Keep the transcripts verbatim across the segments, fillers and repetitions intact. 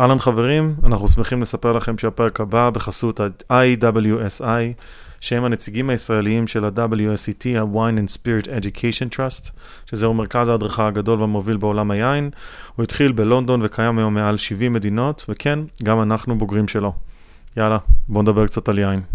אהלן חברים, אנחנו שמחים לספר לכם שהפרק הבא בחסות ה-איי דאבליו אס איי, שהם הנציגים הישראליים של ה-דאבליו אס אי טי, ה-Wine and Spirit Education Trust, שזהו מרכז ההדרכה הגדול והמוביל בעולם היין. הוא התחיל בלונדון וקיים היום מעל שבעים מדינות, וכן, גם אנחנו בוגרים שלו. יאללה, בואו נדבר קצת על יין.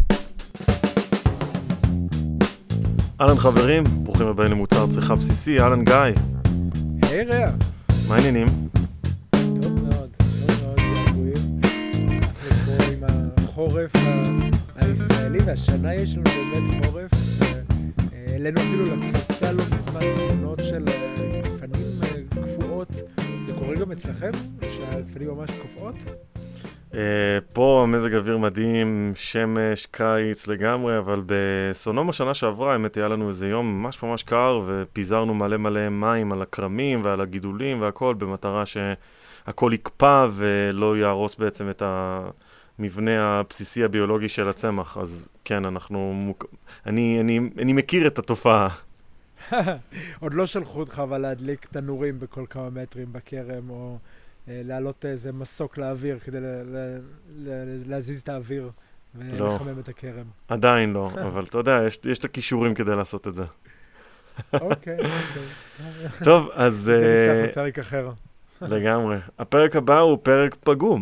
אהלן חברים, ברוכים הבאים למוצר צריכה בסיסי, אהלן גיא. היי רע. מה העניינים? טוב מאוד, טוב מאוד, געגועים. אנחנו פה עם החורף הישראלי, והשנה יש לנו באמת חורף. אלינו אפילו לקבוצה לא מזמן תמונות של גפנים קפואות. זה קורה גם אצלכם? שהגפנים ממש קפואות? פה מזג אוויר מדהים, שמש, קיץ לגמרי, אבל בסונומה שנה שעברה, האמת היה לנו איזה יום ממש ממש קר, ופיזרנו מלא מלא מים על הקרמים ועל הגידולים והכל, במטרה שהכל יקפא ולא יהרוס בעצם את המבנה הבסיסי הביולוגי של הצמח. אז כן, אנחנו, אני, אני, אני מכיר את התופעה. עוד לא שלחו אותך אבל להדליק תנורים בכל כמה מטרים בכרם, או להעלות איזה מסוק לאוויר כדי להזיז את האוויר ולחמם את הכרם. עדיין לא, אבל אתה יודע, יש את הכישורים כדי לעשות את זה. אוקיי, אוקיי. טוב, אז... זה נפתח בפרק אחר. לגמרי. הפרק הבא הוא פרק פגום.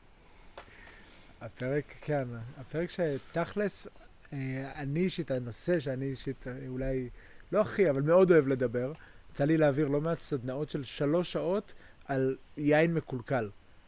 הפרק, כן, הפרק שתכלס, אני אישית, הנושא שאני אישית אולי לא הכי, אבל מאוד אוהב לדבר, יצא לי להעביר לא מעט סדנאות של שלוש שעות, על יין מקולקל,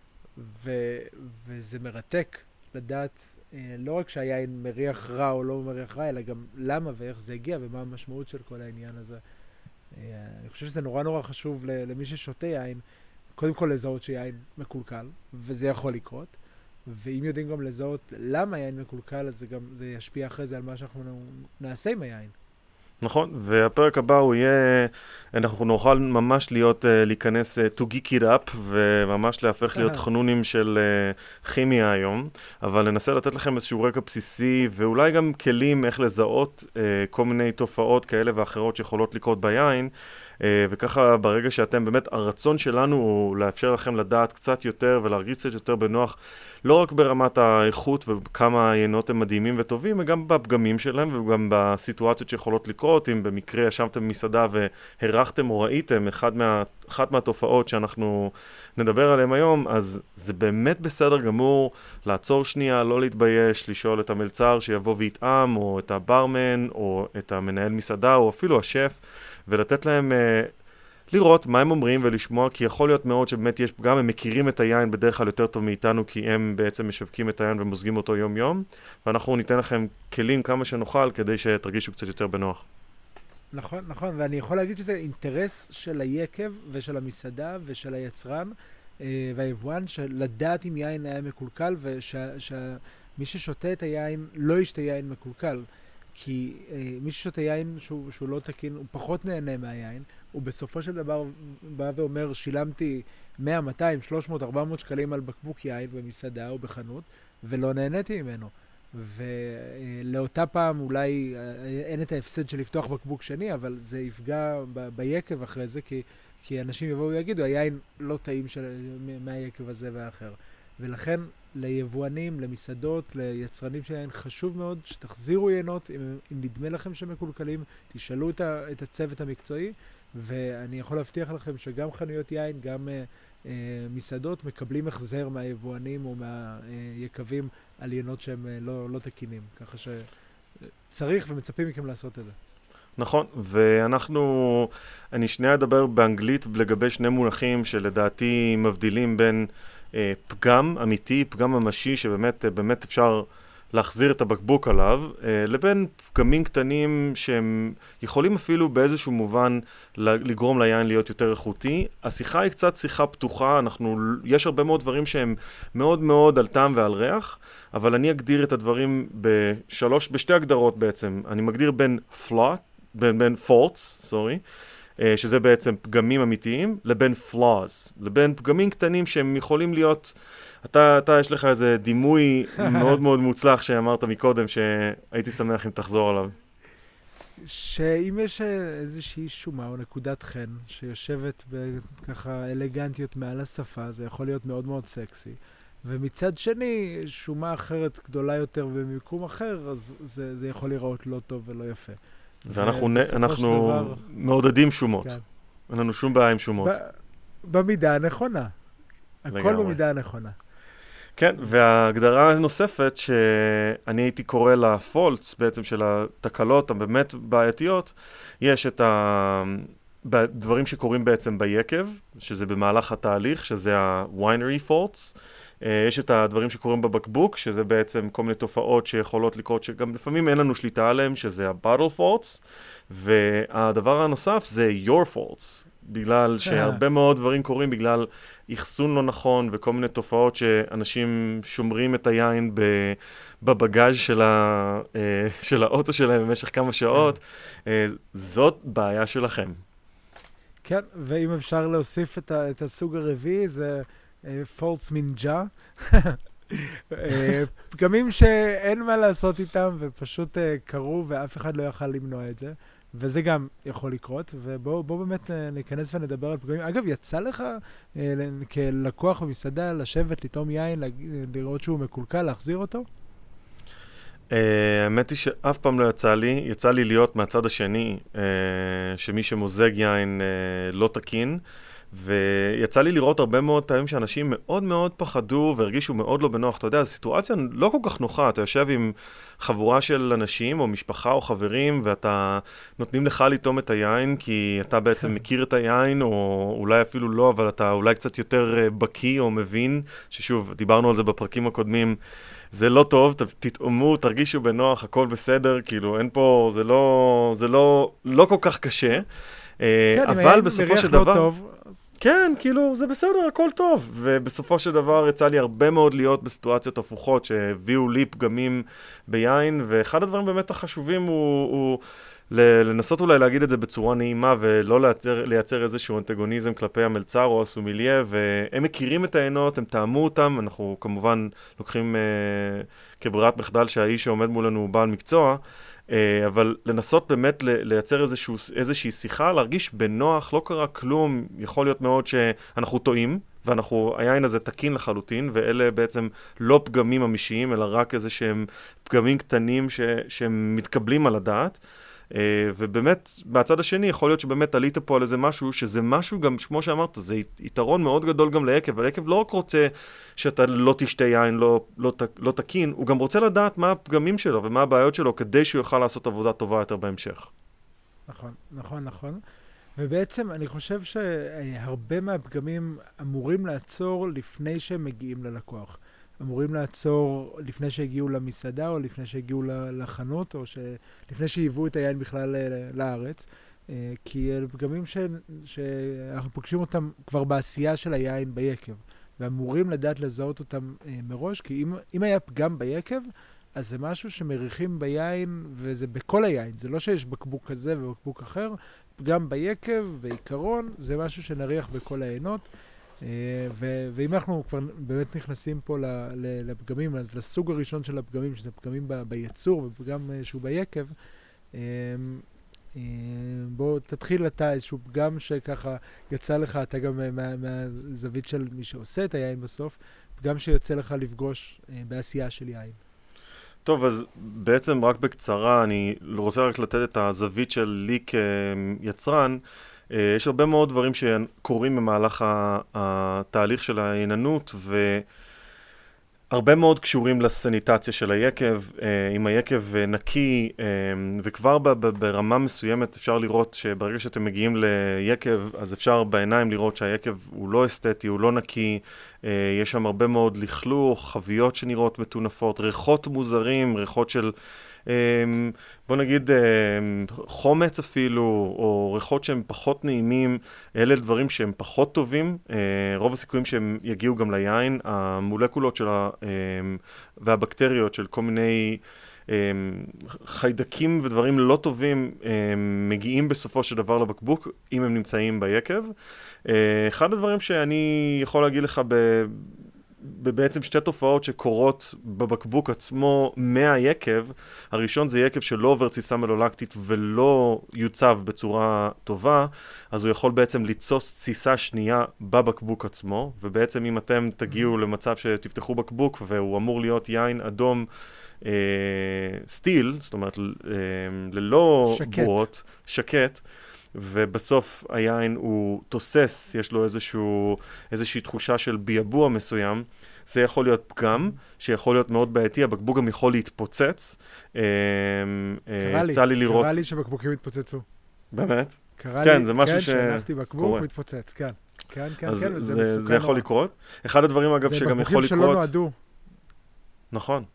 ו- וזה מרתק לדעת אה, לא רק שהיין מריח רע או לא מריח רע, אלא גם למה ואיך זה הגיע ומה המשמעות של כל העניין הזה. אה, אני חושב שזה נורא נורא חשוב ל- למי ששותה יין, קודם כל לזהות שיין מקולקל, וזה יכול לקרות, ואם יודעים גם לזהות למה יין מקולקל, אז זה גם זה ישפיע אחרי זה על מה שאנחנו נעשה עם היין. נכון, והפרק הבא הוא יהיה, אנחנו נוכל ממש להיות, להיכנס to geek it up, וממש להפך להיות חנונים של כימיה היום, אבל ננסה לתת לכם איזשהו רקע בסיסי, ואולי גם כלים איך לזהות כל מיני תופעות כאלה ואחרות שיכולות לקרות ביין, וככה ברגע שאתם באמת, הרצון שלנו הוא לאפשר לכם לדעת קצת יותר ולהרגיש קצת יותר בנוח, לא רק ברמת האיכות וכמה היינות הם מדהימים וטובים, וגם בפגמים שלהם וגם בסיטואציות שיכולות לקרות. אם במקרה ישבתם במסעדה והרחתם או ראיתם אחד מה, אחת מהתופעות שאנחנו נדבר עליהם היום, אז זה באמת בסדר גמור לעצור שנייה, לא להתבייש, לשאול את המלצר שיבוא ויתאם, או את הברמן, או את המנהל מסעדה, או אפילו השף, ולתת להם uh, לראות מה הם אומרים ולשמוע, כי יכול להיות מאוד שבאמת יש פגם, הם מכירים את היין בדרך כלל יותר טוב מאיתנו, כי הם בעצם משווקים את היין ומוזגים אותו יום יום, ואנחנו ניתן לכם כלים כמה שנוכל כדי שתרגישו קצת יותר בנוח. נכון, נכון, ואני יכול להגיד שזה אינטרס של היקב ושל המסעדה ושל היצרן אה, והיבואן, לדעת אם יין היה מקולקל, ושמי ששותה את היין לא ישתה יין מקולקל. כי אה, מי ששותה יין שהוא, שהוא לא תקין, הוא פחות נהנה מהיין, הוא בסופו של דבר בא ואומר, שילמתי מאה, מאתיים, שלוש מאות, ארבע מאות שקלים על בקבוק יין במסעדה או בחנות, ולא נהניתי ממנו. ולאותה פעם אולי אין את ההפסד של לפתוח בקבוק שני, אבל זה יפגע ב- ביקב אחרי זה, כי, כי אנשים יבואו ויגידו, היין לא טעים של, מהיקב הזה והאחר. ולכן ליבואנים, למסעדות, ליצרנים של יין, חשוב מאוד שתחזירו יינות, אם, אם נדמה לכם שמקולקלים, תשאלו את, ה, את הצוות המקצועי, ואני יכול להבטיח לכם שגם חנויות יין, גם אה, אה, מסעדות, מקבלים החזר מהיבואנים או מהיקבים על יינות שהם אה, לא, לא תקינים, ככה שצריך ומצפים מכם לעשות את זה. נכון, ואנחנו, אני שנייה אדבר באנגלית לגבי שני מונחים שלדעתי מבדילים בין אה, פגם אמיתי, פגם ממשי, שבאמת באמת אפשר להחזיר את הבקבוק עליו, אה, לבין פגמים קטנים שהם יכולים אפילו באיזשהו מובן לגרום ליין להיות יותר איכותי. השיחה היא קצת שיחה פתוחה, אנחנו, יש הרבה מאוד דברים שהם מאוד מאוד על טעם ועל ריח, אבל אני אגדיר את הדברים בשלוש, בשתי הגדרות בעצם. אני מגדיר בין flaw, בין, בין faults, sorry, שזה בעצם פגמים אמיתיים, לבין flaws, לבין פגמים קטנים שהם יכולים להיות, אתה, אתה יש לך איזה דימוי מאוד מאוד מוצלח שאמרת מקודם, שהייתי שמח אם תחזור עליו. שאם יש איזושהי שומה או נקודת חן שיושבת בככה אלגנטיות מעל השפה, זה יכול להיות מאוד מאוד סקסי. ומצד שני, שומה אחרת גדולה יותר במיקום אחר, אז זה, זה יכול לראות לא טוב ולא יפה. ואנחנו נ, אנחנו דבר... מעודדים שומות. כן. אין לנו שום בעיה עם שומות. ב, במידה הנכונה. הכל לגמרי. במידה הנכונה. כן, וההגדרה הנוספת שאני הייתי קורא לה פולטס, בעצם של התקלות הבאמת בעייתיות, יש את הדברים שקורים בעצם ביקב, שזה במהלך התהליך, שזה ה-winery faults. יש את הדברים שקורים בבקבוק, שזה בעצם כל מיני תופעות שיכולות לקרות, שגם לפעמים אין לנו שליטה עליהם, שזה ה-bottle faults. והדבר הנוסף זה your faults. בגלל שהרבה מאוד דברים קורים בגלל אחסון לא נכון וכל מיני תופעות שאנשים שומרים את היין בבגאז' של, ה, של האוטו שלהם במשך כמה שעות. זאת בעיה שלכם. כן, ואם אפשר להוסיף את, ה, את הסוג הרביעי, זה פולטס מינג'ה. פגמים שאין מה לעשות איתם ופשוט קרו ואף אחד לא יוכל למנוע את זה. וזה גם יכול לקרות, ובואו בוא באמת ניכנס ונדבר על פגמים. אגב, יצא לך אה, כלקוח במסעדה לשבת, לטעום יין, לראות שהוא מקולקל, להחזיר אותו? האמת היא שאף פעם לא יצא לי, יצא לי להיות מהצד השני, אה, שמי שמוזג יין אה, לא תקין, ויצא לי לראות הרבה מאוד פעמים שאנשים מאוד מאוד פחדו והרגישו מאוד לא בנוח. אתה יודע, זו סיטואציה לא כל כך נוחה. אתה יושב עם חבורה של אנשים או משפחה או חברים, ואתה נותנים לך לטעום את היין, כי אתה בעצם מכיר את היין, או אולי אפילו לא, אבל אתה אולי קצת יותר בקיא או מבין, ששוב, דיברנו על זה בפרקים הקודמים, זה לא טוב, תתאמו, תרגישו בנוח, הכל בסדר, כאילו אין פה, זה לא, זה לא, לא כל כך קשה. כן, אבל בסופו של דבר... טוב, אז... כן, כאילו, זה בסדר, הכל טוב. ובסופו של דבר יצא לי הרבה מאוד להיות בסיטואציות הפוכות שהביאו לי פגמים ביין, ואחד הדברים באמת החשובים הוא, הוא לנסות אולי להגיד את זה בצורה נעימה, ולא לייצר, לייצר איזשהו אנטגוניזם כלפי המלצר או הסומיליה, והם מכירים את העינות, הם טעמו אותם, אנחנו כמובן לוקחים אה, כברירת מחדל שהאיש שעומד מולנו הוא בעל מקצוע, אבל לנסות באמת לייצר איזשהו, איזושהי שיחה, להרגיש בנוח, לא קרה כלום, יכול להיות מאוד שאנחנו טועים, ואנחנו, היין הזה תקין לחלוטין, ואלה בעצם לא פגמים ממשיים, אלא רק איזה שהם פגמים קטנים ש, שהם מתקבלים על הדעת. ובאמת, מהצד השני, יכול להיות שבאמת עלית פה על איזה משהו, שזה משהו גם, כמו שאמרת, זה יתרון מאוד גדול גם ליקב, אבל יקב לא רק רוצה שאתה לא תשתה יין, לא, לא, לא תקין, הוא גם רוצה לדעת מה הפגמים שלו ומה הבעיות שלו, כדי שהוא יוכל לעשות עבודה טובה יותר בהמשך. נכון, נכון, נכון. ובעצם אני חושב שהרבה מהפגמים אמורים לעצור לפני שהם מגיעים ללקוח. אמורים לעצור לפני שהגיעו למסעדה, או לפני שהגיעו לחנות, או לפני שהיוו את היין בכלל לארץ. כי אלה פגמים ש... שאנחנו פוגשים אותם כבר בעשייה של היין ביקב, ואמורים לדעת לזהות אותם מראש, כי אם, אם היה פגם ביקב, אז זה משהו שמריחים ביין, וזה בכל היין. זה לא שיש בקבוק כזה ובקבוק אחר, פגם ביקב, בעיקרון, זה משהו שנריח בכל העינות. ו- ואם אנחנו כבר באמת נכנסים פה לפגמים, אז לסוג הראשון של הפגמים, שזה פגמים ב- ביצור ופגם שהוא ביקב, בוא תתחיל אתה איזשהו פגם שככה יצא לך, אתה גם מה- מהזווית של מי שעושה את היין בסוף, פגם שיוצא לך לפגוש בעשייה של יין. טוב, אז בעצם רק בקצרה, אני רוצה רק לתת את הזווית של לי כיצרן. יש הרבה מאוד דברים שקורים במהלך התהליך של העיננות, והרבה מאוד קשורים לסניטציה של היקב. אם היקב נקי, וכבר ברמה מסוימת אפשר לראות שברגע שאתם מגיעים ליקב, אז אפשר בעיניים לראות שהיקב הוא לא אסתטי, הוא לא נקי, יש שם הרבה מאוד לכלוך, חביות שנראות מטונפות, ריחות מוזרים, ריחות של... בוא נגיד חומץ אפילו, או ריחות שהם פחות נעימים, אלה דברים שהם פחות טובים, רוב הסיכויים שהם יגיעו גם ליין, המולקולות של ה... והבקטריות של כל מיני חיידקים ודברים לא טובים מגיעים בסופו של דבר לבקבוק, אם הם נמצאים ביקב. אחד הדברים שאני יכול להגיד לך ב... בעצם שתי תופעות שקורות בבקבוק עצמו מהיקב. הראשון זה יקב שלא עובר תסיסה מלולקטית ולא יוצב בצורה טובה, אז הוא יכול בעצם ליצוס תסיסה שנייה בבקבוק עצמו, ובעצם אם אתם תגיעו למצב שתפתחו בקבוק והוא אמור להיות יין אדום אה, סטיל, זאת אומרת אה, ללא שקט. בורות, שקט, ובסוף היין הוא תוסס, יש לו איזשהו, איזושהי תחושה של ביאבוע מסוים, זה יכול להיות פגם, שיכול להיות מאוד בעייתי, הבקבוק גם יכול להתפוצץ. קרה לי, צא לי לראות... קרה לי שבקבוקים התפוצצו. באמת? קרה כן, לי, זה משהו כן, ש... שהנחתי בקבוק, קורה. הוא התפוצץ, כן. כן, כן, אז כן, וזה זה, מסוכן זה יכול נורא. לקרות. אחד הדברים, אגב, שגם יכול לקרות... זה בקבוקים שלא נועדו. נכון.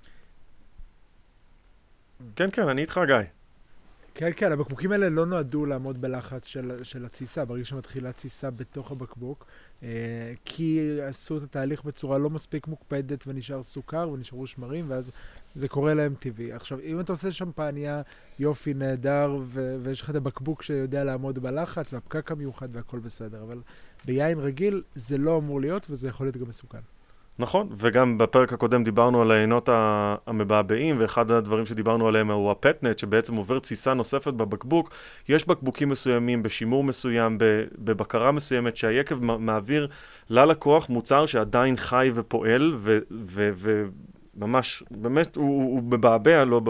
כן, כן, אני איתך, גיא. כן, כן, הבקבוקים האלה לא נועדו לעמוד בלחץ של, של התסיסה, ברגע שמתחילה תסיסה בתוך הבקבוק, אה, כי עשו את התהליך בצורה לא מספיק מוקפדת ונשאר סוכר ונשארו שמרים, ואז זה קורה להם טבעי. עכשיו, אם אתה עושה שמפניה, יופי, נהדר, ו- ויש לך את הבקבוק שיודע לעמוד בלחץ, והפקק המיוחד והכל בסדר, אבל ביין רגיל זה לא אמור להיות, וזה יכול להיות גם מסוכן. נכון, וגם בפרק הקודם דיברנו על העינות המבעבעים, ואחד הדברים שדיברנו עליהם הוא הפטנט, שבעצם עובר תסיסה נוספת בבקבוק. יש בקבוקים מסוימים, בשימור מסוים, בבקרה מסוימת, שהיקב מעביר ללקוח מוצר שעדיין חי ופועל, ו... ו-, ו- ממש, באמת, הוא, הוא מבעבע לו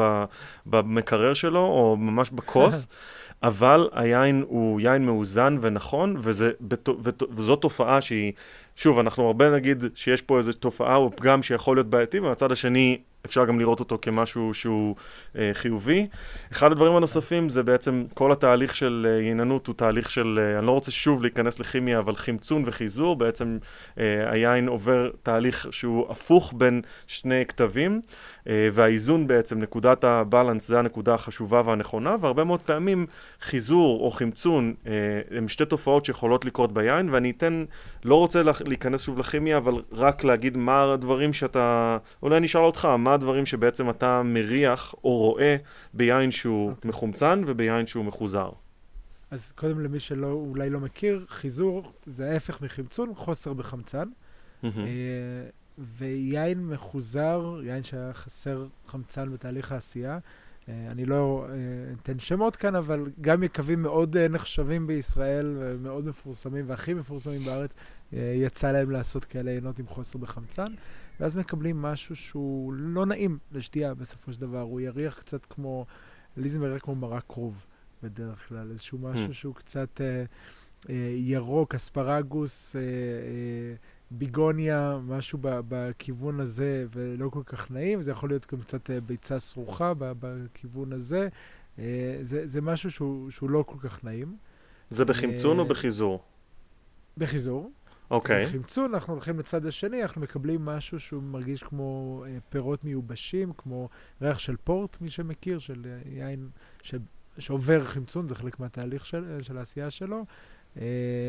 במקרר שלו, או ממש בכוס, אבל היין הוא יין מאוזן ונכון, וזה, וזו תופעה שהיא, שוב, אנחנו הרבה נגיד שיש פה איזו תופעה או פגם שיכול להיות בעייתי, והצד השני אפשר גם לראות אותו כמשהו שהוא אה, חיובי. אחד הדברים הנוספים זה בעצם כל התהליך של אה, יננות הוא תהליך של, אה, אני לא רוצה שוב להיכנס לכימיה, אבל חמצון וחיזור, בעצם אה, היין עובר תהליך שהוא הפוך בין שני כתבים, אה, והאיזון בעצם, נקודת הבלנס, זה הנקודה החשובה והנכונה, והרבה מאוד פעמים חיזור או חמצון אה, הם שתי תופעות שיכולות לקרות ביין, ואני אתן, לא רוצה להיכנס שוב לכימיה, אבל רק להגיד מה הדברים שאתה, אולי נשאל אותך, מה הדברים שבעצם אתה מריח או רואה ביין שהוא okay. מחומצן וביין שהוא מחוזר. אז קודם למי שלא, אולי לא מכיר, חיזור זה ההפך מחמצון, חוסר בחמצן. Mm-hmm. אה, ויין מחוזר, יין שהיה חסר חמצן בתהליך העשייה, אה, אני לא אה, אתן שמות כאן, אבל גם יקבים מאוד אה, נחשבים בישראל, ומאוד מפורסמים, והכי מפורסמים בארץ, אה, יצא להם לעשות כאלה עינות עם חוסר בחמצן. ואז מקבלים משהו שהוא לא נעים לשתייה בסופו של דבר, הוא יריח קצת כמו, לי זה מריח כמו מרק כרוב בדרך כלל, איזשהו משהו שהוא קצת אה, אה, ירוק, אספרגוס, אה, אה, ביגוניה, משהו ב- בכיוון הזה ולא כל כך נעים, זה יכול להיות גם קצת אה, ביצה סרוחה ב- בכיוון הזה, אה, זה, זה משהו שהוא, שהוא לא כל כך נעים. זה בחמצון אה, או בחיזור? בחיזור. אוקיי. בחמצון, אנחנו הולכים לצד השני, אנחנו מקבלים משהו שהוא מרגיש כמו אה, פירות מיובשים, כמו ריח של פורט, מי שמכיר, של אה, יין ש... שעובר חמצון, זה חלק מהתהליך של, של העשייה שלו, אה,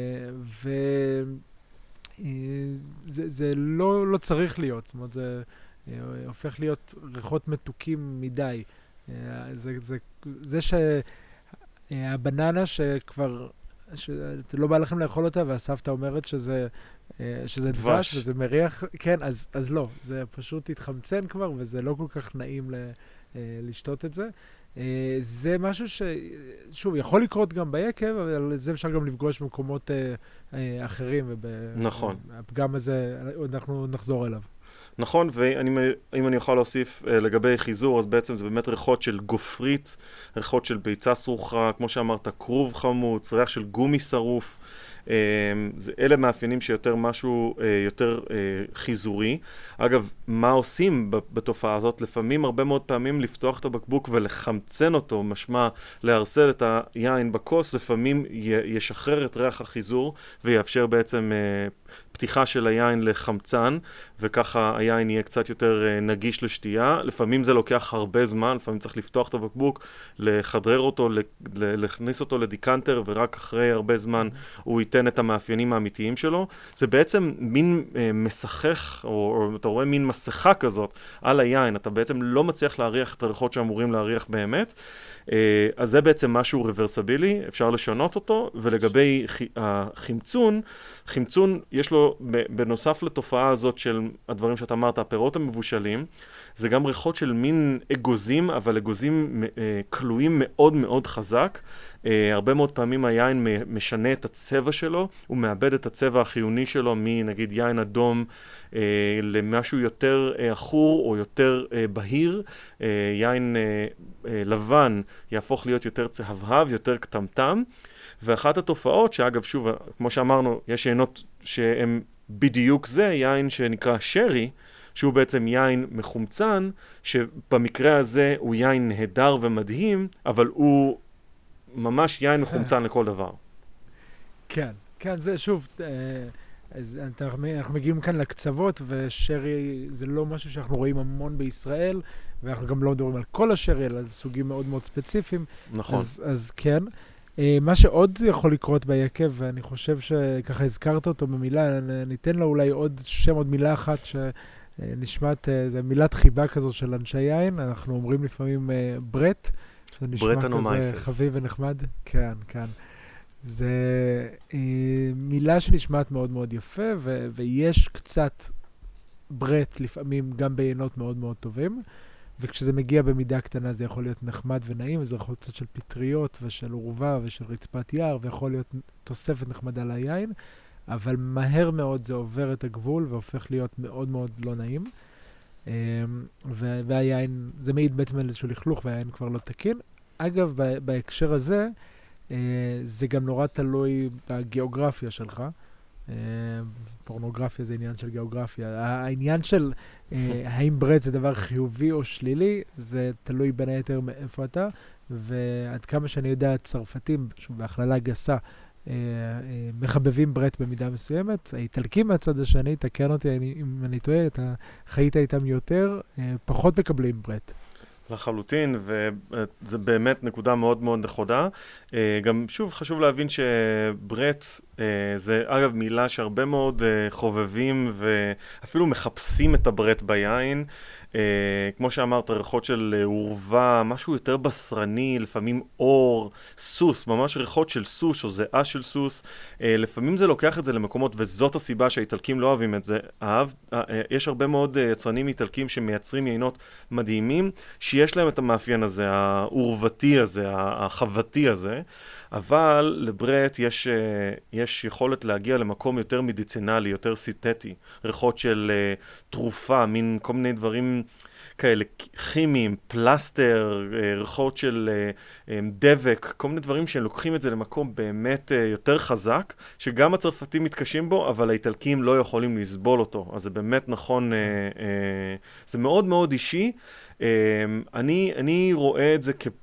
וזה אה, זה לא, לא צריך להיות, זאת אומרת, זה אה, הופך להיות ריחות מתוקים מדי. אה, זה, זה, זה שהבננה שכבר... שלא בא לכם לאכול אותה, והסבתא אומרת שזה, שזה דבש, וזה מריח, כן, אז, אז לא, זה פשוט התחמצן כבר, וזה לא כל כך נעים ל, לשתות את זה. זה משהו ש, שוב, יכול לקרות גם ביקב, אבל זה אפשר גם לפגוש במקומות אחרים, נכון. והפגם הזה, אנחנו נחזור אליו. נכון, ואם אני יכול להוסיף לגבי חיזור, אז בעצם זה באמת ריחות של גופרית, ריחות של ביצה סרוחה, כמו שאמרת, כרוב חמוץ, ריח של גומי שרוף. אלה מאפיינים שיותר משהו יותר חיזורי. אגב, מה עושים בתופעה הזאת? לפעמים, הרבה מאוד פעמים, לפתוח את הבקבוק ולחמצן אותו, משמע להרסל את היין בכוס, לפעמים ישחרר את ריח החיזור ויאפשר בעצם פתיחה של היין לחמצן, וככה היין יהיה קצת יותר נגיש לשתייה. לפעמים זה לוקח הרבה זמן, לפעמים צריך לפתוח את הבקבוק, לחדרר אותו, להכניס אותו לדיקנטר, ורק אחרי הרבה זמן הוא ייתן את המאפיינים האמיתיים שלו. זה בעצם מין אה, משחך, או, או אתה רואה מין מסכה כזאת על היין, אתה בעצם לא מצליח להריח את הריחות שאמורים להריח באמת. אה, אז זה בעצם משהו רוורסבילי, אפשר לשנות אותו, ולגבי ח, החמצון, חמצון יש לו, בנוסף לתופעה הזאת של הדברים שאתה אמרת, הפירות המבושלים, זה גם ריחות של מין אגוזים, אבל אגוזים אה, כלואים מאוד מאוד חזק. אה, הרבה מאוד פעמים היין משנה את הצבע שלו, הוא מאבד את הצבע החיוני שלו מנגיד יין אדום אה, למשהו יותר אה, עכור או יותר אה, בהיר. אה, יין אה, אה, לבן יהפוך להיות יותר צהבהב, יותר קטמטם. ואחת התופעות, שאגב שוב, כמו שאמרנו, יש יינות שהם בדיוק זה, יין שנקרא שרי, שהוא בעצם יין מחומצן, שבמקרה הזה הוא יין נהדר ומדהים, אבל הוא ממש יין מחומצן לכל דבר. כן, כן, זה שוב, אז אנחנו מגיעים כאן לקצוות, ושרי זה לא משהו שאנחנו רואים המון בישראל, ואנחנו גם לא מדברים על כל השרי, אלא על סוגים מאוד מאוד ספציפיים. נכון. אז, אז כן. מה שעוד יכול לקרות ביקב, ואני חושב שככה הזכרת אותו במילה, ניתן לו אולי עוד שם, עוד מילה אחת שנשמעת, זה מילת חיבה כזו של אנשי יין, אנחנו אומרים לפעמים ברט, זה נשמע כזה חביב ונחמד. כן, כן. זה מילה שנשמעת מאוד מאוד יפה, ו- ויש קצת ברט לפעמים גם בעיינות מאוד מאוד טובים, וכשזה מגיע במידה קטנה זה יכול להיות נחמד ונעים, וזה יכול להיות קצת של פטריות ושל עורבה ושל רצפת יער, ויכול להיות תוספת נחמדה ליין, אבל מהר מאוד זה עובר את הגבול והופך להיות מאוד מאוד לא נעים. והיין, זה מעיד בעצם על איזשהו לכלוך, והיין כבר לא תקין. אגב, בהקשר הזה, זה גם נורא תלוי בגיאוגרפיה שלך. פורנוגרפיה זה עניין של גיאוגרפיה. העניין של האם ברט זה דבר חיובי או שלילי, זה תלוי בין היתר מאיפה אתה, ועד כמה שאני יודע, צרפתים, שוב, בהכללה גסה, מחבבים ברט במידה מסוימת. האיטלקים מהצד השני, תקן אותי אם אני טועה, אתה חיית איתם יותר, פחות מקבלים ברט. לחלוטין, וזה באמת נקודה מאוד מאוד נכונה. גם שוב חשוב להבין שברט זה אגב מילה שהרבה מאוד חובבים ואפילו מחפשים את הברט ביין. כמו שאמרת, ריחות של עורבה, משהו יותר בשרני, לפעמים אור, סוס, ממש ריחות של סוס או זיעה של סוס. לפעמים זה לוקח את זה למקומות, וזאת הסיבה שהאיטלקים לא אוהבים את זה. אהב, יש הרבה מאוד יצרנים איטלקים שמייצרים יינות מדהימים, שיש להם את המאפיין הזה, העורבתי הזה, החוותי הזה, אבל לברט יש, יש יכולת להגיע למקום יותר מדיצינלי, יותר סינתטי, ריחות של תרופה, מין כל מיני דברים כאלה כימיים, פלסטר, ריחות של דבק, כל מיני דברים שהם לוקחים את זה למקום באמת יותר חזק, שגם הצרפתים מתקשים בו, אבל האיטלקים לא יכולים לסבול אותו. אז זה באמת נכון, זה מאוד מאוד אישי. אני, אני רואה את זה כ...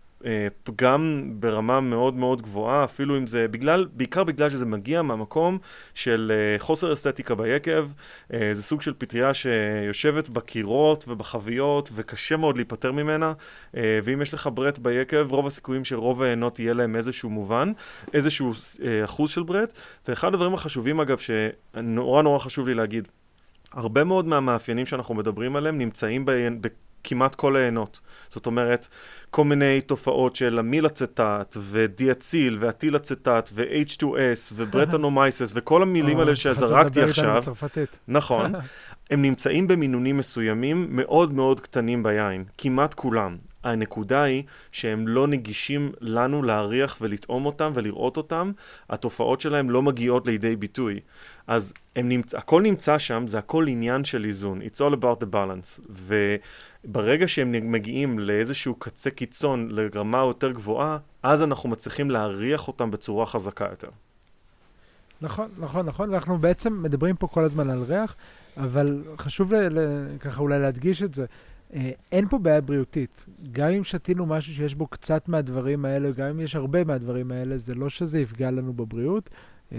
פגם ברמה מאוד מאוד גבוהה, אפילו אם זה בגלל, בעיקר בגלל שזה מגיע מהמקום של חוסר אסתטיקה ביקב. זה סוג של פטריה שיושבת בקירות ובחביות וקשה מאוד להיפטר ממנה, ואם יש לך ברט ביקב, רוב הסיכויים שרוב העיינות יהיה להם איזשהו מובן, איזשהו אחוז של ברט. ואחד הדברים החשובים אגב, שנורא נורא חשוב לי להגיד, הרבה מאוד מהמאפיינים שאנחנו מדברים עליהם נמצאים בעין, כמעט כל העיינות. זאת אומרת, כל מיני תופעות של המיל אצטט ודיאציל ואטיל אצטט ו-אייץ' טו אס וברטנומייסס וכל המילים האלה שזרקתי עכשיו. נכון. הם נמצאים במינונים מסוימים מאוד מאוד קטנים ביין. כמעט כולם. הנקודה היא שהם לא נגישים לנו להריח ולטעום אותם ולראות אותם. התופעות שלהם לא מגיעות לידי ביטוי. אז נמצ... הכל נמצא שם, זה הכל עניין של איזון. It's all about the balance. וברגע שהם מגיעים לאיזשהו קצה קיצון, לרמה יותר גבוהה, אז אנחנו מצליחים להריח אותם בצורה חזקה יותר. נכון, נכון, נכון. ואנחנו בעצם מדברים פה כל הזמן על ריח, אבל חשוב ל- ל- ככה אולי להדגיש את זה. אין פה בעיה בריאותית. גם אם שתינו משהו שיש בו קצת מהדברים האלה, גם אם יש הרבה מהדברים האלה, זה לא שזה יפגע לנו בבריאות.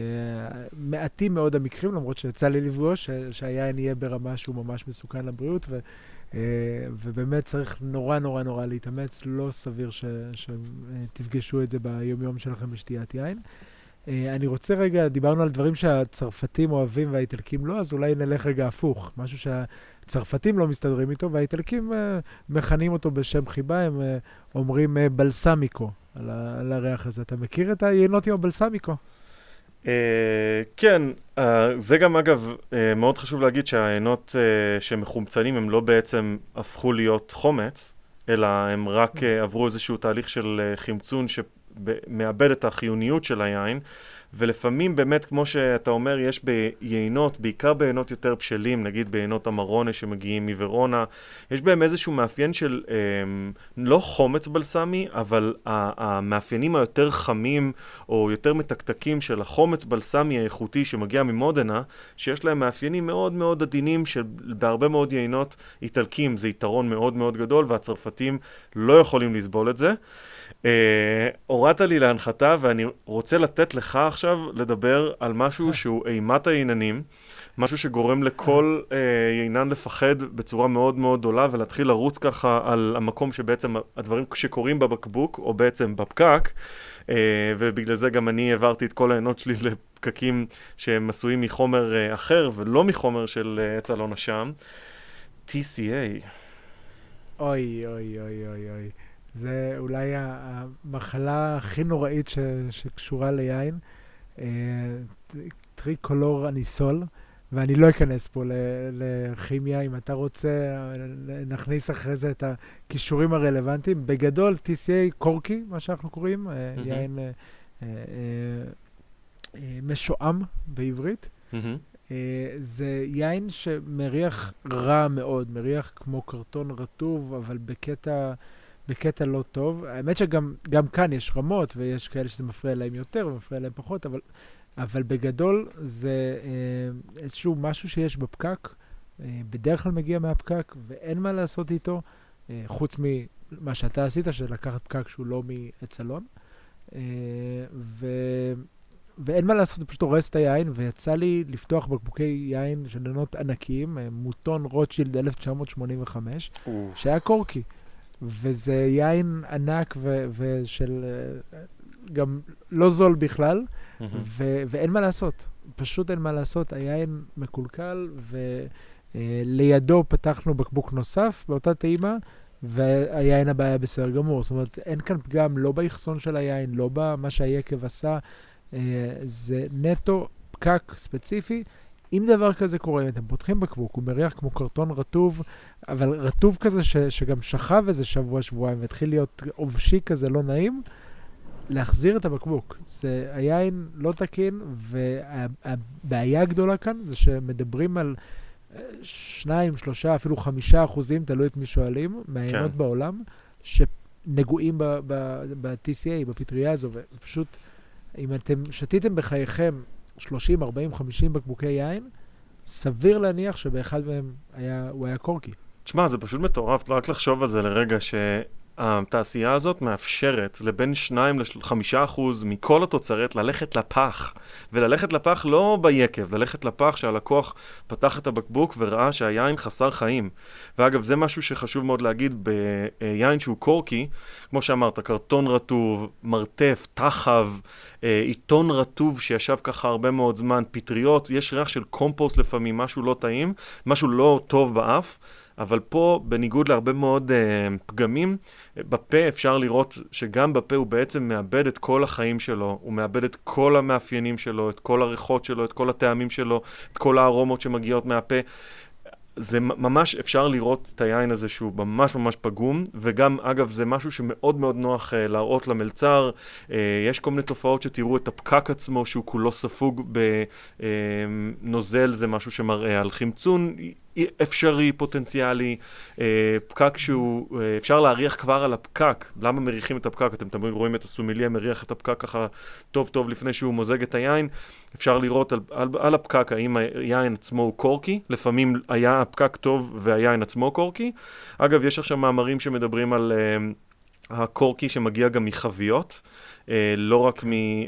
מעטים מאוד המקרים, למרות שיצא לי לפגוש, שהיין יהיה ברמה שהוא ממש מסוכן לבריאות, ו, ובאמת צריך נורא נורא נורא להתאמץ, לא סביר ש, שתפגשו את זה ביום יום שלכם בשתיית יין. אני רוצה רגע, דיברנו על דברים שהצרפתים אוהבים והאיטלקים לא, אז אולי נלך רגע הפוך. משהו שהצרפתים לא מסתדרים איתו, והאיטלקים מכנים אותו בשם חיבה, הם אומרים בלסמיקו על הריח הזה. אתה מכיר את היינות עם הבלסמיקו? כן, זה גם אגב מאוד חשוב להגיד שהיינות שמחומצנים הם לא בעצם הפכו להיות חומץ, אלא הם רק עברו איזשהו תהליך של חמצון שמאבד את החיוניות של היין, ולפעמים באמת, כמו שאתה אומר, יש ביינות, בעיקר ביינות יותר בשלים, נגיד ביינות המרונה שמגיעים מוורונה, יש בהם איזשהו מאפיין של אה, לא חומץ בלסמי, אבל המאפיינים היותר חמים או יותר מתקתקים של החומץ בלסמי האיכותי שמגיע ממודנה, שיש להם מאפיינים מאוד מאוד עדינים שבהרבה מאוד יינות איטלקים זה יתרון מאוד מאוד גדול, והצרפתים לא יכולים לסבול את זה. הורדת לי להנחתה, ואני רוצה לתת לך עכשיו לדבר על משהו שהוא אימת העיננים, משהו שגורם לכל יינן לפחד בצורה מאוד מאוד גדולה, ולהתחיל לרוץ ככה על המקום שבעצם הדברים שקורים בבקבוק, או בעצם בפקק, ובגלל זה גם אני העברתי את כל העינות שלי לפקקים שהם עשויים מחומר אחר, ולא מחומר של עץ אלון אשם. טי סי איי. אוי, אוי, אוי, אוי, אוי. זה אולי המחלה הכי נוראית ש, שקשורה ליין, טריקולור אניסול, ואני לא אכנס פה לכימיה, אם אתה רוצה, נכניס אחרי זה את הכישורים הרלוונטיים. בגדול, טי סי איי קורקי, מה שאנחנו קוראים, mm-hmm. יין אה, אה, משועם בעברית. Mm-hmm. זה יין שמריח רע מאוד, מריח כמו קרטון רטוב, אבל בקטע... בקטע לא טוב. האמת שגם גם כאן יש רמות, ויש כאלה שזה מפריע להם יותר ומפריע להם פחות, אבל, אבל בגדול זה אה, איזשהו משהו שיש בפקק, אה, בדרך כלל מגיע מהפקק, ואין מה לעשות איתו, אה, חוץ ממה שאתה עשית, שלקחת פקק שהוא לא מעץ אלון, אה, ו... ואין מה לעשות, זה פשוט הורס את היין, ויצא לי לפתוח בקבוקי יין של עינות ענקיים, מוטון רוטשילד אלף תשע מאות שמונים וחמש, שהיה קורקי. וזה יין ענק ו- ושל גם לא זול בכלל, mm-hmm. ו- ואין מה לעשות. פשוט אין מה לעשות. היין מקולקל, ולידו פתחנו בקבוק נוסף באותה טעימה, והיין הבא היה בסדר גמור. זאת אומרת, אין כאן פגם לא ביחסון של היין, לא במה שהיקב עשה. זה נטו פקק ספציפי. אם דבר כזה קורה, אם אתם פותחים בקבוק, הוא מריח כמו קרטון רטוב, אבל רטוב כזה ש, שגם שכב איזה שבוע, שבועיים, והתחיל להיות עובשי כזה לא נעים, להחזיר את הבקבוק. זה היין לא תקין, והבעיה הגדולה כאן זה שמדברים על שניים, שלושה, אפילו חמישה אחוזים, תלוי את מי שואלים, מהיינות כן. בעולם, שנגועים ב-טי סי איי, בפטריה הזו, ופשוט, אם אתם שתיתם בחייכם, שלושים, ארבעים, חמישים בקבוקי יין, סביר להניח שבאחד מהם היה, הוא היה קורקי. תשמע, זה פשוט מטורף, רק לחשוב על זה לרגע שהתעשייה הזאת מאפשרת לבין שניים לחמישה אחוז מכל התוצרת ללכת לפח, וללכת לפח לא ביקב, ללכת לפח שהלקוח פתח את הבקבוק וראה שהיין חסר חיים. ואגב, זה משהו שחשוב מאוד להגיד ביין שהוא קורקי, כמו שאמרת, קרטון רטוב, מרתף, תחב, עיתון רטוב שישב ככה הרבה מאוד זמן, פטריות, יש ריח של קומפוסט לפעמים, משהו לא טעים, משהו לא טוב באף, אבל פה, בניגוד להרבה מאוד uh, פגמים, בפה אפשר לראות שגם בפה הוא בעצם מאבד את כל החיים שלו, הוא מאבד את כל המאפיינים שלו, את כל הריחות שלו, את כל הטעמים שלו, את כל הארומות שמגיעות מהפה. זה ממש אפשר לראות את היין הזה שהוא ממש ממש פגום, וגם אגב זה משהו שמאוד מאוד נוח uh, להראות למלצר. uh, יש כל מיני תופעות שתראו את הפקק עצמו שהוא כולו ספוג בנוזל, uh, זה משהו שמראה על חמצון אפשרי, פוטנציאלי, אה, פקק שהוא, אה, אפשר להריח כבר על הפקק. למה מריחים את הפקק? אתם תמיד רואים את הסומיליה מריח את הפקק ככה טוב טוב לפני שהוא מוזג את היין. אפשר לראות על, על, על הפקק האם היין עצמו הוא קורקי. לפעמים היה הפקק טוב והיין עצמו קורקי. אגב, יש עכשיו מאמרים שמדברים על אה, הקורקי שמגיע גם מחביות. Uh, לא רק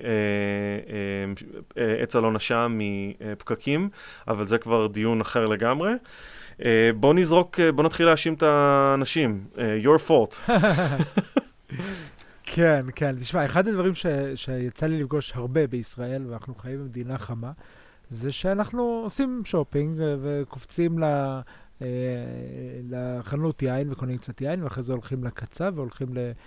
מעץ אלון אשם, מפקקים, אבל זה כבר דיון אחר לגמרי. Uh, בוא נזרוק, uh, בוא נתחיל להאשים את האנשים. Uh, your fault. כן, כן. תשמע, אחד הדברים ש... שיצא לי לפגוש הרבה בישראל, ואנחנו חיים במדינה חמה, זה שאנחנו עושים שופינג וקופצים ל... לחנות יין וקונים קצת יין, ואחרי זה הולכים לקצב והולכים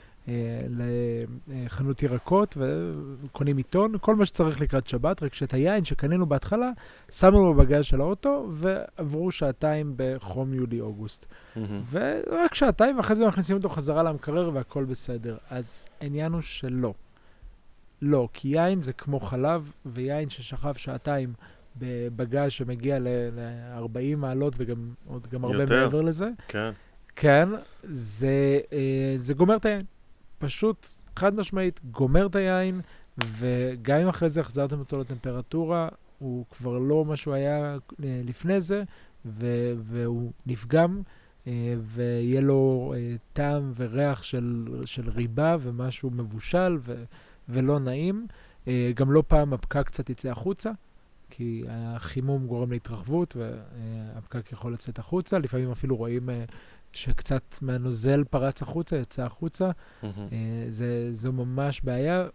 לחנות ירקות וקונים עיתון, כל מה שצריך לקראת שבת, רק שאת היין שקנינו בהתחלה, שמנו בבגז של האוטו ועברו שעתיים בחום יולי-אוגוסט. ורק שעתיים, ואחרי זה מכניסים אותו חזרה למקרר והכל בסדר. אז העניין הוא שלא. לא, כי יין זה כמו חלב, ויין ששכב שעתיים בבגז שמגיע ל-ארבעים מעלות וגם עוד גם הרבה מעבר לזה. כן. כן, זה, זה גומר את היין. פשוט, חד משמעית, גומר את היין, וגם אם אחרי זה החזרתם אותו לטמפרטורה, הוא כבר לא מה שהוא היה לפני זה, ו- והוא נפגם, ויהיה לו טעם וריח של, של ריבה ומשהו מבושל ו- ולא נעים. גם לא פעם הפקק קצת יצא החוצה, כי החימום גורם להתרחבות, והפקק יכול לצאת החוצה. לפעמים אפילו רואים שקצת מהנוזל פרץ החוצה, יצא החוצה. Mm-hmm. זה, זו ממש בעיה,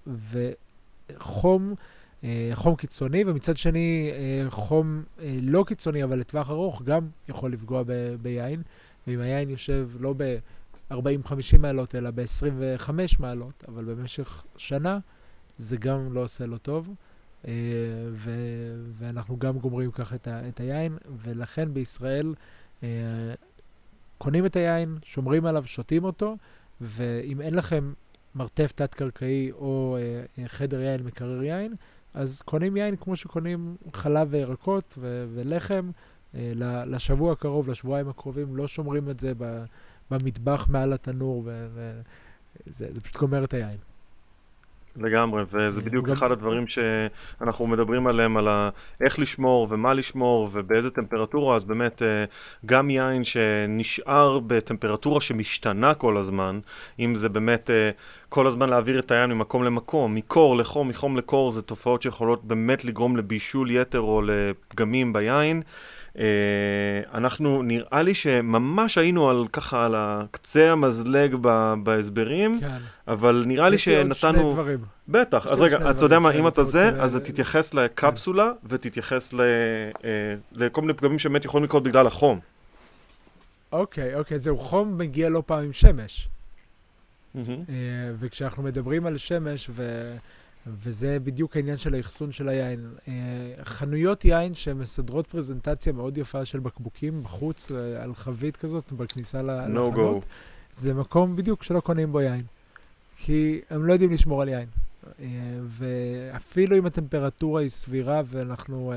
וחום, חום קיצוני, ומצד שני, חום לא קיצוני, אבל לטווח ארוך, גם יכול לפגוע ב- ביין. ואם היין יושב לא ב-ארבעים חמישים מעלות, אלא ב-עשרים וחמש מעלות, אבל במשך שנה, זה גם לא עושה לו טוב. ו- ואנחנו גם גומרים כך את, ה- את היין, ולכן בישראל קונים את היין, שומרים עליו, שותים אותו, ואם אין לכם מרתף תת-קרקעי או חדר יין, מקרר יין, אז קונים יין כמו שקונים חלב וירקות ו- ולחם, לשבוע הקרוב, לשבועיים הקרובים, לא שומרים את זה במטבח מעל התנור, וזה פשוט גומר את היין. לגמרי, וזה בדיוק אחד הדברים שאנחנו מדברים עליהם, על איך לשמור ומה לשמור ובאיזה טמפרטורה. אז באמת גם יין שנשאר בטמפרטורה שמשתנה כל הזמן, אם זה באמת כל הזמן להעביר את היין ממקום למקום, מקור לחום, מחום לקור, זה תופעות שיכולות באמת לגרום לבישול יתר או לפגמים ביין. Uh, אנחנו, נראה לי שממש היינו על ככה על קצה המזלג ב- בהסברים, כן. אבל נראה לי שנתנו... יש לי עוד שני דברים. בטח, אז רגע, אתה יודע מה, אם אתה זה, אז ל... תתייחס לקפסולה, כן. ותתייחס ל... uh, לכל מיני פגמים שבאמת יכולים לקרות בגלל החום. אוקיי, אוקיי, זהו, חום מגיע לא פעם עם שמש. Mm-hmm. Uh, וכשאנחנו מדברים על שמש ו... וזה בדיוק העניין של האחסון של היין. חנויות יין שמסדרות פרזנטציה מאוד יפה של בקבוקים בחוץ, על חבית כזאת, בכניסה לחנות. זה מקום בדיוק שלא קונים בו יין. כי הם לא יודעים לשמור על יין. ואפילו אם הטמפרטורה היא סבירה, ואנחנו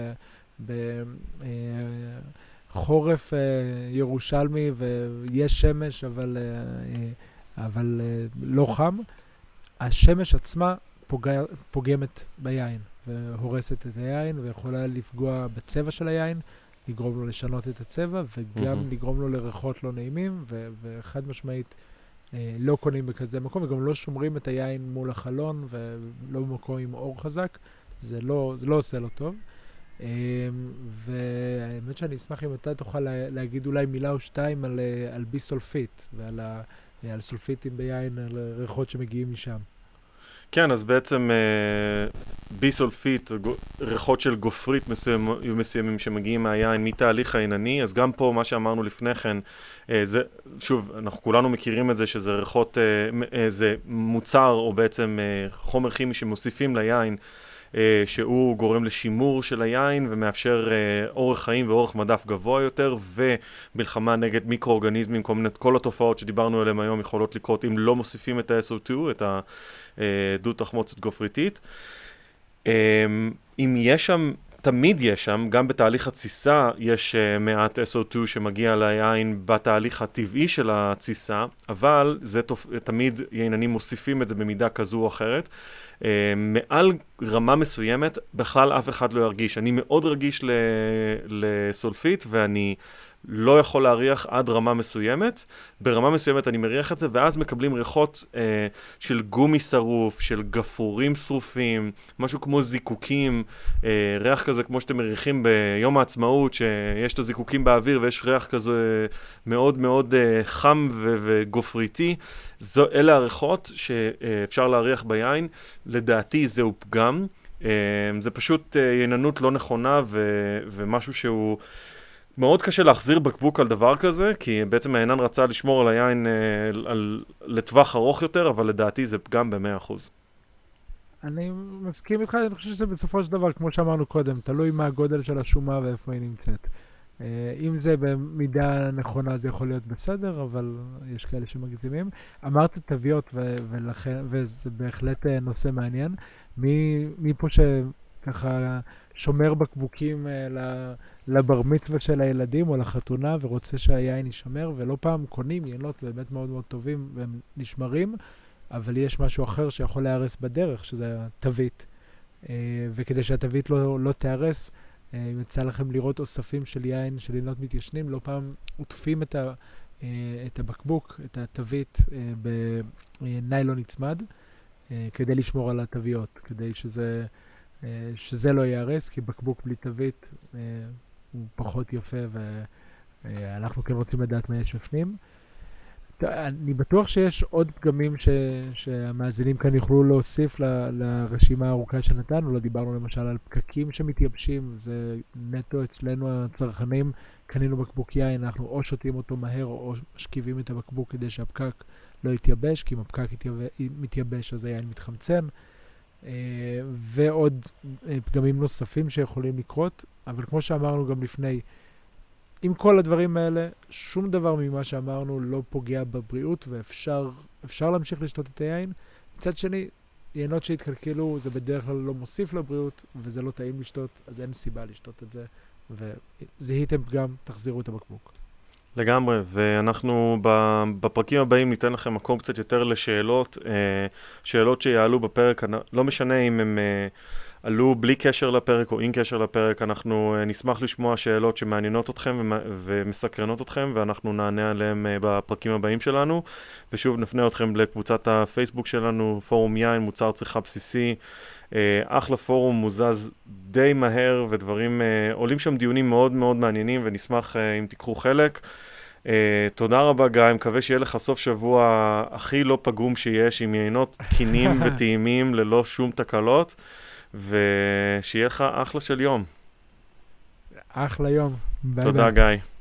בחורף ירושלמי, ויש שמש, אבל, אבל לא חם, השמש עצמה פוגע, פוגמת ביין, והורסת את היין, ויכולה לפגוע בצבע של היין, לגרום לו לשנות את הצבע, וגם mm-hmm. לגרום לו לריחות לא נעימים, ו- וחד משמעית אה, לא קונים בכזה מקום, וגם לא שומרים את היין מול החלון, ולא במקום עם אור חזק, זה לא, זה לא עושה לו טוב. אה, והאמת שאני אשמח אם אתה תוכל לה, להגיד אולי מילה או שתיים על, על ביסולפית, ועל ה, על סולפיטים ביין, על ריחות שמגיעים משם. כן, אז בעצם ביסולפית, ריחות של גופרית מסוימים, מסוימים שמגיעים מהיין מתהליך העינני, אז גם פה מה שאמרנו לפני כן, זה, שוב, אנחנו כולנו מכירים את זה שזה ריחות, זה מוצר או בעצם חומר כימי שמוסיפים ליין, שהוא גורם לשימור של היין ומאפשר אורך חיים ואורך מדף גבוה יותר, ומלחמה נגד מיקרואורגניזמים, כל מיני, כל התופעות שדיברנו עליהם היום יכולות לקרות אם לא מוסיפים את ה-אס או טו, את הדו תחמוצת גופריתית. אם יש שם, תמיד יש שם, גם בתהליך התסיסה יש מעט אס או טו שמגיע ליין בתהליך הטבעי של התסיסה, אבל זה תופ... תמיד ייננים מוסיפים את זה במידה כזו או אחרת. Uh, מעל רמה מסוימת בכלל אף אחד לא ירגיש. אני מאוד רגיש ל... לסולפית, ואני לא יכול להריח עד רמה מסוימת, ברמה מסוימת אני מריח את זה, ואז מקבלים ריחות אה, של גומי שרוף, של גפורים שרופים, משהו כמו זיקוקים, אה, ריח כזה כמו שאתם מריחים ביום העצמאות, שיש את הזיקוקים באוויר ויש ריח כזה מאוד מאוד אה, חם ו- וגופריתי. זו, אלה הריחות שאפשר להריח ביין, לדעתי זהו פגם, אה, זה פשוט אה, יננות לא נכונה ו- ומשהו שהוא... מאוד קשה להחזיר בקבוק על דבר כזה, כי בעצם העינן רצה לשמור על היין אה, על, לטווח ארוך יותר, אבל לדעתי זה פגם ב-מאה אחוז. אני מסכים איתך, אני חושב שזה בסופו של דבר, כמו שאמרנו קודם, תלוי מה הגודל של השומה ואיפה היא נמצאת. אה, אם זה במידה נכונה זה יכול להיות בסדר, אבל יש כאלה שמגזימים. אמרת תוויות, ו- ולכן, וזה בהחלט אה, נושא מעניין. מי, מי פה שככה שומר בקבוקים אה, ל... לבר מצווה של הילדים או לחתונה ורוצה שהיין יישמר, ולא פעם קונים יינות באמת מאוד מאוד טובים והם נשמרים, אבל יש משהו אחר שיכול להיהרס בדרך, שזה התווית. וכדי שהתווית לא, לא תיהרס, אם יצא לכם לראות אוספים של יין, של יינות מתיישנים, לא פעם עוטפים את, ה, את הבקבוק, את התווית בניילון נצמד, כדי לשמור על התוויות, כדי שזה, שזה לא ייהרס, כי בקבוק בלי תווית הוא פחות יפה, ואנחנו כן רוצים לדעת מה יש בפנים. אני בטוח שיש עוד פגמים ש... שהמאזינים כאן יוכלו להוסיף ל... לרשימה הארוכה שנתנו. לא דיברנו למשל על פקקים שמתייבשים, זה נטו אצלנו הצרכנים, קנינו בקבוק יין, אנחנו או שותים אותו מהר או משכיבים את הבקבוק כדי שהפקק לא יתייבש, כי אם הפקק יתייב... מתייבש אז היין מתחמצן. ועוד פגמים נוספים שיכולים לקרות, אבל כמו שאמרנו גם לפני, עם כל הדברים האלה, שום דבר ממה שאמרנו לא פוגע בבריאות, ואפשר אפשר להמשיך לשתות את היין. מצד שני, יינות שהתקלקלו זה בדרך כלל לא מוסיף לבריאות, וזה לא טעים לשתות, אז אין סיבה לשתות את זה, וזיהיתם פגם, תחזירו את הבקבוק. לגמרי, ואנחנו בפרקים הבאים ניתן לכם מקום קצת יותר לשאלות, שאלות שיעלו בפרק, לא משנה אם הם עלו בלי קשר לפרק או עם קשר לפרק, אנחנו נשמח לשמוע שאלות שמעניינות אתכם ומסקרנות אתכם, ואנחנו נענה עליהם בפרקים הבאים שלנו, ושוב נפנה אתכם לקבוצת הפייסבוק שלנו, פורום יין, מוצר צריכה בסיסי, אחלה פורום, מוזז די מהר, ודברים, עולים שם דיונים מאוד מאוד מעניינים, ונשמח אם תיקחו חלק. תודה רבה גיא, מקווה שיהיה לך סוף שבוע הכי לא פגום שיש, עם יינות תקינים וטעימים ללא שום תקלות, ושיהיה לך אחלה של יום. אחלה יום. ביי תודה ביי. גיא.